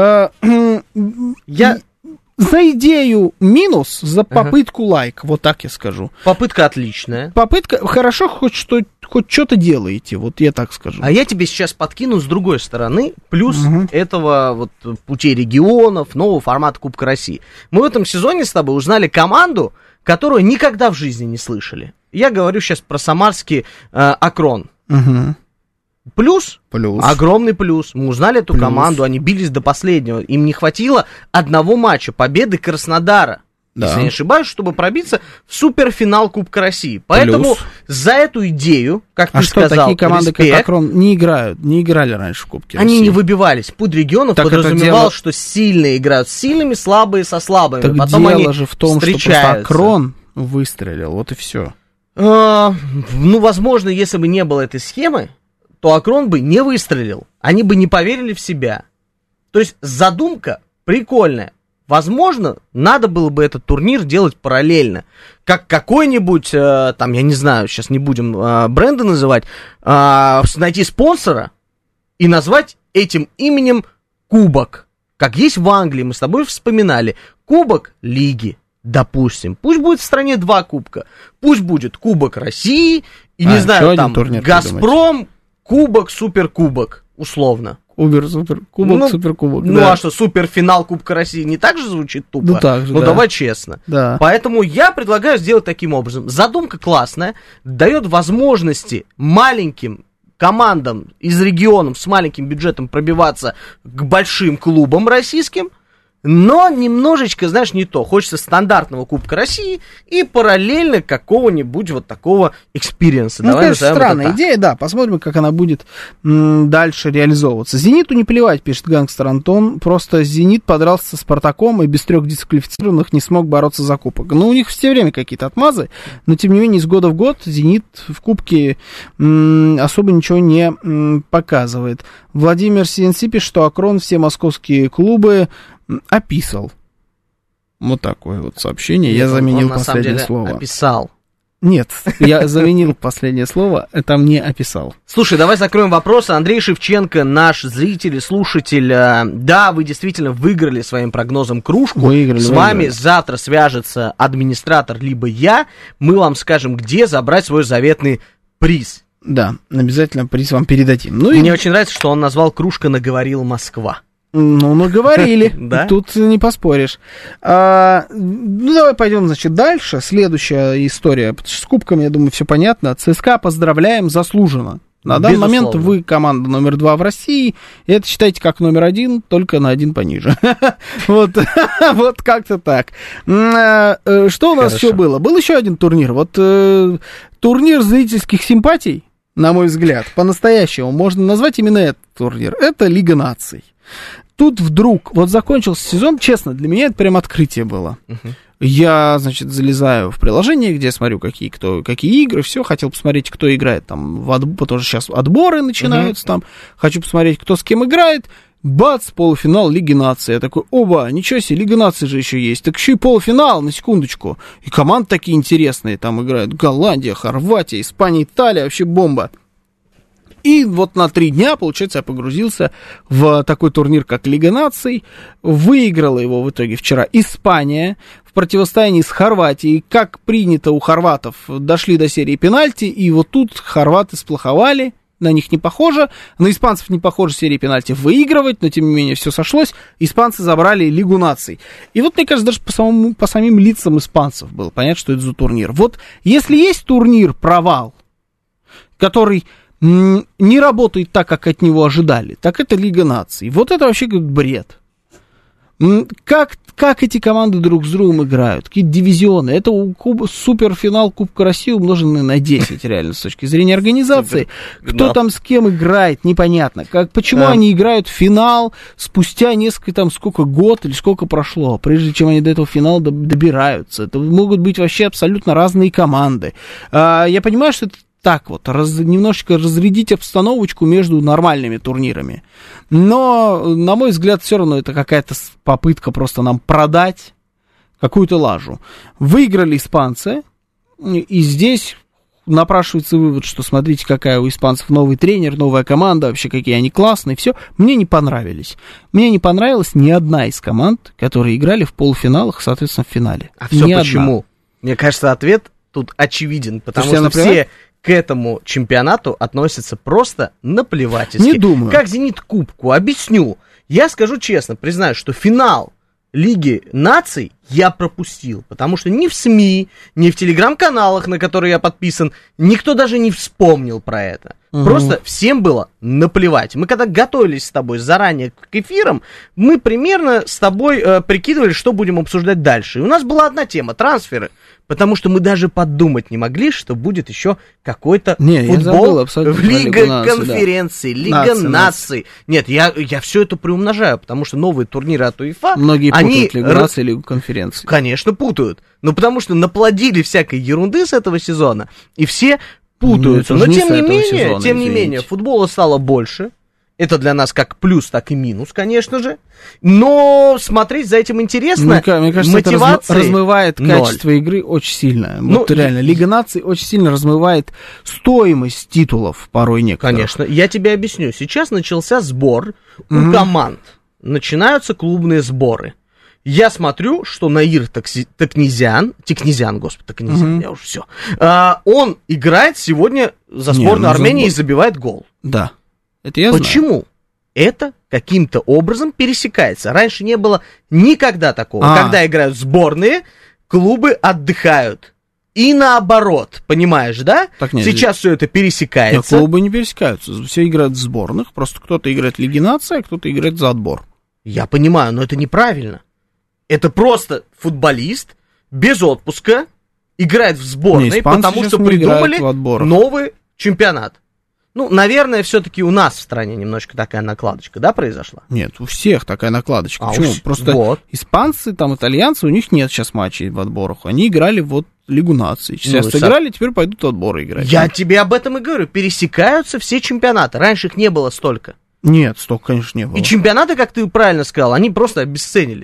Speaker 4: За идею минус, за попытку лайк, вот так я скажу.
Speaker 5: Попытка отличная.
Speaker 4: Хорошо, хоть что-то делаете, вот я так скажу.
Speaker 5: А я тебе сейчас подкину с другой стороны, плюс этого вот путей регионов, нового формата Кубка России. Мы в этом сезоне с тобой узнали команду, которую никогда в жизни не слышали. Я говорю сейчас про самарский Акрон. Плюс, огромный плюс. Мы узнали эту команду, они бились до последнего. Им не хватило одного матча, победы Краснодара, если не ошибаюсь, чтобы пробиться в суперфинал Кубка России. Поэтому за эту идею, как ты сказал,
Speaker 4: такие команды, как Акрон, не играли раньше в Кубке России?
Speaker 5: Они не выбивались. Путь регионов подразумевал, что сильные играют с сильными, слабые со слабыми.
Speaker 4: Так
Speaker 5: потом
Speaker 4: дело же в том, что просто Акрон выстрелил, вот и все.
Speaker 5: Возможно, если бы не было этой схемы, то Акрон бы не выстрелил, они бы не поверили в себя. То есть задумка прикольная. Возможно, надо было бы этот турнир делать параллельно. Как какой-нибудь, там, я не знаю, сейчас не будем бренды называть, найти спонсора и назвать этим именем Кубок. Как есть в Англии, мы с тобой вспоминали. Кубок Лиги, допустим. Пусть будет в стране 2 кубка. Пусть будет Кубок России и, не знаю, там, Газпром, Кубок, Суперкубок, условно.
Speaker 4: Суперкубок, Суперкубок.
Speaker 5: А что, суперфинал Кубка России не так же звучит тупо? Давай честно.
Speaker 4: Да.
Speaker 5: Поэтому я предлагаю сделать таким образом. Задумка классная, дает возможности маленьким командам из регионов с маленьким бюджетом пробиваться к большим клубам российским, но немножечко, знаешь, не то. Хочется стандартного Кубка России и параллельно какого-нибудь вот такого экспириенса.
Speaker 4: Конечно, странная идея, да. Посмотрим, как она будет дальше реализовываться. «Зениту не плевать», пишет гангстер Антон. Просто «Зенит» подрался со «Спартаком» и без 3 дисквалифицированных не смог бороться за кубок. Ну, у них все время какие-то отмазы, но, тем не менее, из года в год «Зенит» в кубке особо ничего не показывает. Владимир CNC пишет, что Акрон все московские клубы описал. Вот такое вот сообщение. Я заменил последнее слово.
Speaker 5: Описал.
Speaker 4: Нет, я заменил последнее слово, там не описал.
Speaker 5: Слушай, давай закроем вопрос. Андрей Шевченко, наш зритель и слушатель, да, вы действительно выиграли своим прогнозом кружку.
Speaker 4: Выиграли.
Speaker 5: Вами завтра свяжется администратор, либо я. Мы вам скажем, где забрать свой заветный приз.
Speaker 4: Да, обязательно приз вам передадим. Ну,
Speaker 5: Мне очень нравится, что он назвал «Кружка наговорил Москва».
Speaker 4: Ну, наговорили,
Speaker 5: Да?
Speaker 4: Тут не поспоришь. Ну, давай пойдем, значит, дальше. Следующая история. С кубками, я думаю, все понятно. ЦСКА поздравляем, заслуженно. На данный момент вы команда номер 2 в России, и это считайте как номер 1, только на 1 пониже. Вот как-то так. Что у нас еще было? Был еще один турнир. Вот турнир зрительских симпатий, на мой взгляд, по-настоящему можно назвать именно этот турнир. Это Лига наций. Тут вдруг, вот закончился сезон, честно, для меня это прям открытие было. Я, значит, залезаю в приложение, где смотрю, какие игры, все, хотел посмотреть, кто играет там, потому что сейчас отборы начинаются там, хочу посмотреть, кто с кем играет, бац, полуфинал Лиги наций. Я такой, оба, ничего себе, Лига наций же еще есть, так еще и полуфинал, на секундочку. И команды такие интересные там играют, Голландия, Хорватия, Испания, Италия, вообще бомба. И вот на 3 дня, получается, я погрузился в такой турнир, как Лига наций. Выиграла его в итоге вчера Испания в противостоянии с Хорватией. Как принято у хорватов, дошли до серии пенальти, и вот тут хорваты сплоховали. На них не похоже, на испанцев не похоже серии пенальти выигрывать, но тем не менее все сошлось. Испанцы забрали Лигу наций. И вот, мне кажется, даже по самим лицам испанцев было понятно, что это за турнир. Вот если есть турнир-провал, который не работает так, как от него ожидали, так это Лига наций. Вот это вообще как бред. Как эти команды друг с другом играют? Какие дивизионы? Это суперфинал Кубка России, умноженный на 10, реально, с точки зрения организации. Кто там с кем играет, непонятно. Почему они играют в финал спустя несколько, там, год или сколько прошло, прежде чем они до этого финала добираются. Это могут быть вообще абсолютно разные команды. Я понимаю, что это так вот, немножечко разрядить обстановочку между нормальными турнирами. Но, на мой взгляд, все равно это какая-то попытка просто нам продать какую-то лажу. Выиграли испанцы, и здесь напрашивается вывод, что смотрите, какая у испанцев новый тренер, новая команда, вообще какие они классные, все. Мне не понравились. Мне не понравилась ни одна из команд, которые играли в полуфиналах, соответственно, в финале.
Speaker 5: А все почему? Мне кажется, ответ тут очевиден, потому что все к этому чемпионату относятся просто наплевательски.
Speaker 4: Не думаю.
Speaker 5: Как «Зенит» к кубку. Объясню. Я скажу честно, признаю, что финал Лиги наций я пропустил, потому что ни в СМИ, ни в телеграм-каналах, на которые я подписан, никто даже не вспомнил про это. Просто всем было наплевать. Мы когда готовились с тобой заранее к эфирам, мы примерно с тобой прикидывали, что будем обсуждать дальше. И у нас была одна тема — трансферы. Потому что мы даже подумать не могли, что будет еще какой-то футбол в Лиге конференций, Лига наций. Нет, я все это приумножаю, потому что новые турниры от УЕФА...
Speaker 4: Многие путают Лигу наций и Лигу конференций.
Speaker 5: Конечно, путают. Но потому что наплодили всякой ерунды с этого сезона, и все путаются. Но тем не менее, футбола стало больше. Это для нас как плюс, так и минус, конечно же. Но смотреть за этим интересно.
Speaker 4: Мне кажется, это размывает качество игры очень сильно. Вот реально, Лига наций очень сильно размывает стоимость титулов порой некоторых.
Speaker 5: Конечно. Я тебе объясню. Сейчас начался сбор у команд. Начинаются клубные сборы. Я смотрю, что Наир Токнезян, я уже все. Он играет сегодня за сборную Армении и забивает гол.
Speaker 4: Да. Это я
Speaker 5: Почему?
Speaker 4: знаю.
Speaker 5: Это каким-то образом пересекается. Раньше не было никогда такого. Когда играют сборные, клубы отдыхают. И наоборот, понимаешь, да? Сейчас все это пересекается.
Speaker 4: Нет, клубы не пересекаются. Все играют в сборных. Просто кто-то играет в Лиге наций, а кто-то играет за отбор.
Speaker 5: Я понимаю, но это неправильно. Это просто футболист без отпуска играет в сборной, потому что придумали новый чемпионат. Ну, наверное, все-таки у нас в стране немножко такая накладочка, да, произошла?
Speaker 4: Нет, у всех такая накладочка. Почему? Просто испанцы, там, итальянцы, у них нет сейчас матчей в отборах. Они играли вот Лигу наций. Сейчас сыграли, теперь пойдут в отборы играть.
Speaker 5: Я тебе об этом и говорю. Пересекаются все чемпионаты. Раньше их не было столько.
Speaker 4: Нет, столько, конечно, не было.
Speaker 5: И чемпионаты, как ты правильно сказал, они просто обесценились.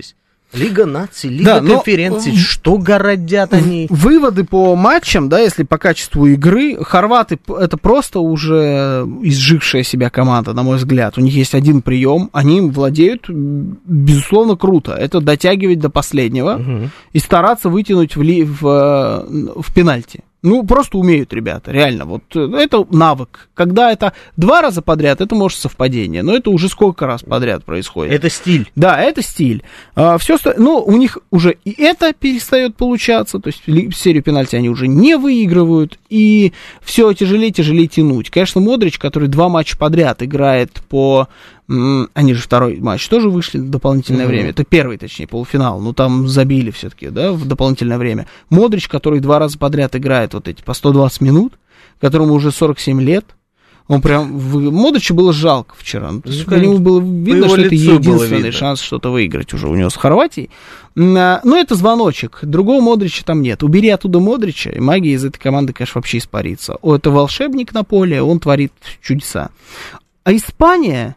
Speaker 5: Лига наций, Лига конференций, что городят они?
Speaker 4: Выводы по матчам, да, если по качеству игры, хорваты это просто уже изжившая себя команда, на мой взгляд. У них есть один прием, они им владеют, безусловно, круто. Это дотягивать до последнего и стараться вытянуть в пенальти. Ну, просто умеют ребята, реально. Вот это навык. Когда это 2 раза подряд, это может совпадение. Но это уже сколько раз подряд происходит.
Speaker 5: Это стиль.
Speaker 4: Да, это стиль. У них уже и это перестает получаться. То есть серию пенальти они уже не выигрывают. И все тяжелее тянуть. Конечно, Модрич, который 2 матча подряд играет по... Они же второй матч тоже вышли в дополнительное время. Это первый, точнее, полуфинал. Но там забили все-таки, да, в дополнительное время. Модрич, который 2 раза подряд играет вот эти по 120 минут, которому уже 47 лет. Он прям... Модричу было жалко вчера. По нему было видно, что это единственный шанс что-то выиграть уже у него с Хорватией. Но это звоночек. Другого Модрича там нет. Убери оттуда Модрича, и магия из этой команды, конечно, вообще испарится. Это волшебник на поле, он творит чудеса. А Испания...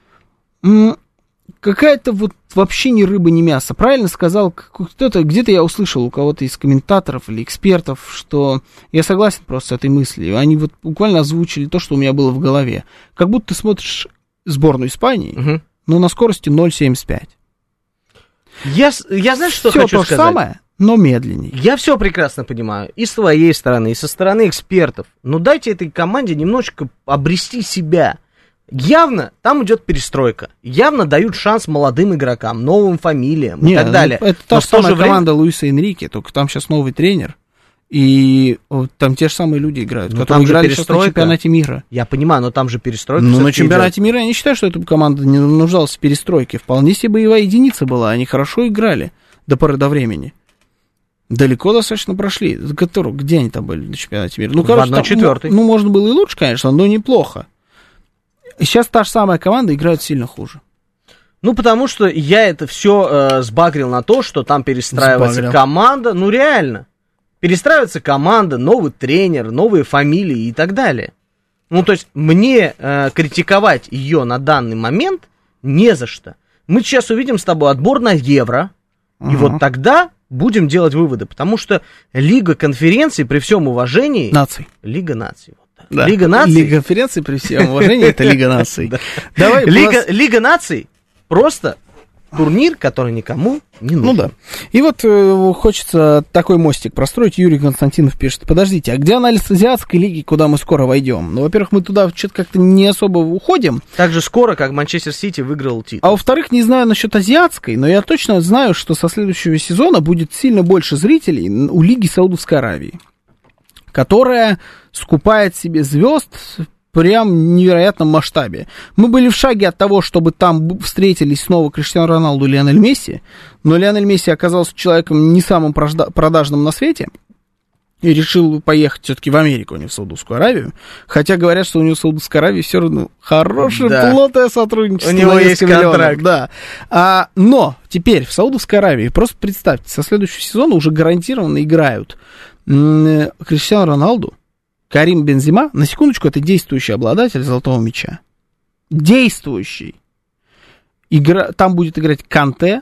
Speaker 4: Какая-то вот вообще ни рыба, ни мясо. Правильно сказал кто-то, где-то я услышал у кого-то из комментаторов или экспертов, что я согласен просто с этой мыслью. Они вот буквально озвучили то, что у меня было в голове. Как будто ты смотришь сборную Испании, но на скорости 0,75.
Speaker 5: Я знаешь, что
Speaker 4: Всё
Speaker 5: хочу
Speaker 4: то
Speaker 5: сказать?
Speaker 4: Самое, но медленнее.
Speaker 5: Я все прекрасно понимаю. И с твоей стороны, и со стороны экспертов. Но дайте этой команде немножечко обрести себя. Явно там идет перестройка. Явно дают шанс молодым игрокам, новым фамилиям и так далее.
Speaker 4: Это та же самая команда Луиса Энрике, только там сейчас новый тренер. И там те же самые люди играют, которые играли сейчас на чемпионате мира.
Speaker 5: Я понимаю, но там же перестройка.
Speaker 4: Ну, на чемпионате мира я не считаю, что эта команда не нуждалась в перестройке. Вполне себе боевая единица была. Они хорошо играли до поры до времени. Далеко достаточно прошли. Где они там были на чемпионате мира? Ну, короче,
Speaker 5: 1/4.
Speaker 4: Ну, можно было и лучше, конечно, но неплохо. Сейчас та же самая команда играет сильно хуже.
Speaker 5: Ну, потому что я это все сбагрил на то, что там перестраивается команда. Ну, реально. Перестраивается команда, новый тренер, новые фамилии и так далее. Ну, то есть, мне критиковать ее на данный момент не за что. Мы сейчас увидим с тобой отбор на Евро, и вот тогда будем делать выводы. Потому что Лига конференций, при всем уважении...
Speaker 4: Наций.
Speaker 5: Лига наций.
Speaker 4: Да.
Speaker 5: Лига наций.
Speaker 4: Лига конференций, при всем уважении, это Лига наций.
Speaker 5: Лига наций просто турнир, который никому не нужен.
Speaker 4: Ну да. И вот хочется такой мостик простроить. Юрий Константинов пишет: подождите, а где анализ азиатской лиги, куда мы скоро войдем? Ну, во-первых, мы туда что-то как-то не особо уходим.
Speaker 5: Так же скоро, как Манчестер Сити выиграл титул.
Speaker 4: А во-вторых, не знаю насчет азиатской, но я точно знаю, что со следующего сезона будет сильно больше зрителей у Лиги Саудовской Аравии, которая скупает себе звезд прям в невероятном масштабе. Мы были в шаге от того, чтобы там встретились снова Криштиану Роналду и Лионель Месси, но Лионель Месси оказался человеком не самым продажным на свете и решил поехать все-таки в Америку, а не в Саудовскую Аравию. Хотя говорят, что у него в Саудовской Аравии все равно хорошее, плотное сотрудничество.
Speaker 5: У него есть контракт.
Speaker 4: Да. Но теперь в Саудовской Аравии, просто представьте, со следующего сезона уже гарантированно играют Криштиану Роналду, Карим Бензема, на секундочку, это действующий обладатель золотого мяча. Действующий. Там будет играть Канте,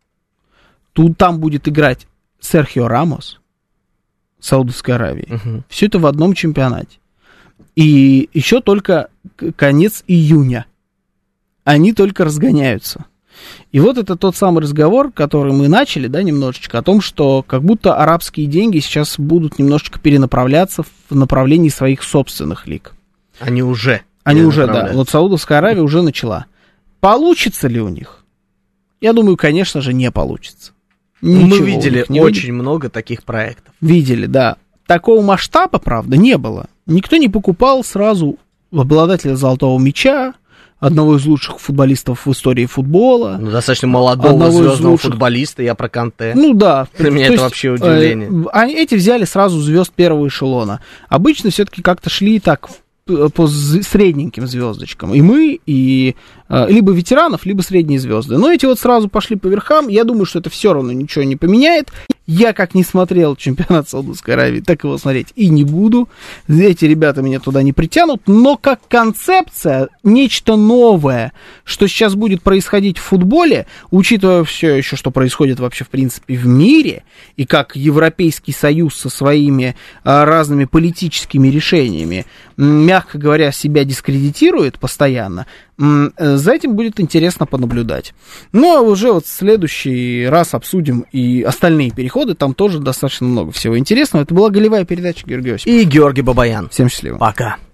Speaker 4: там будет играть Серхио Рамос, Саудовской Аравии. Все это в одном чемпионате. И еще только конец июня. Они только разгоняются. И вот это тот самый разговор, который мы начали, да, немножечко, о том, что как будто арабские деньги сейчас будут немножечко перенаправляться в направлении своих собственных лиг.
Speaker 5: Они уже,
Speaker 4: да. Вот Саудовская Аравия уже начала. Получится ли у них? Я думаю, конечно же, не получится.
Speaker 5: Мы видели очень много таких проектов.
Speaker 4: Видели, да. Такого масштаба, правда, не было. Никто не покупал сразу обладателя золотого мяча, одного из лучших футболистов в истории футбола.
Speaker 5: Ну, достаточно молодого звездного футболиста, я про Канте.
Speaker 4: Ну да.
Speaker 5: Для меня это вообще удивление.
Speaker 4: Эти взяли сразу звезд первого эшелона. Обычно все-таки как-то шли так по средненьким звездочкам. И мы, и либо ветеранов, либо средние звезды. Но эти вот сразу пошли по верхам. Я думаю, что это все равно ничего не поменяет. Я как не смотрел чемпионат Саудовской Аравии, так его смотреть и не буду. Эти ребята меня туда не притянут. Но как концепция, нечто новое, что сейчас будет происходить в футболе, учитывая все еще, что происходит вообще в принципе в мире, и как Европейский Союз со своими разными политическими решениями, мягко говоря, себя дискредитирует постоянно, за этим будет интересно понаблюдать. Ну, а уже вот в следующий раз обсудим и остальные переходы, там тоже достаточно много всего интересного. Это была голевая передача, Георгий Осипов.
Speaker 5: И Георгий Бабаян.
Speaker 4: Всем счастливо.
Speaker 5: Пока.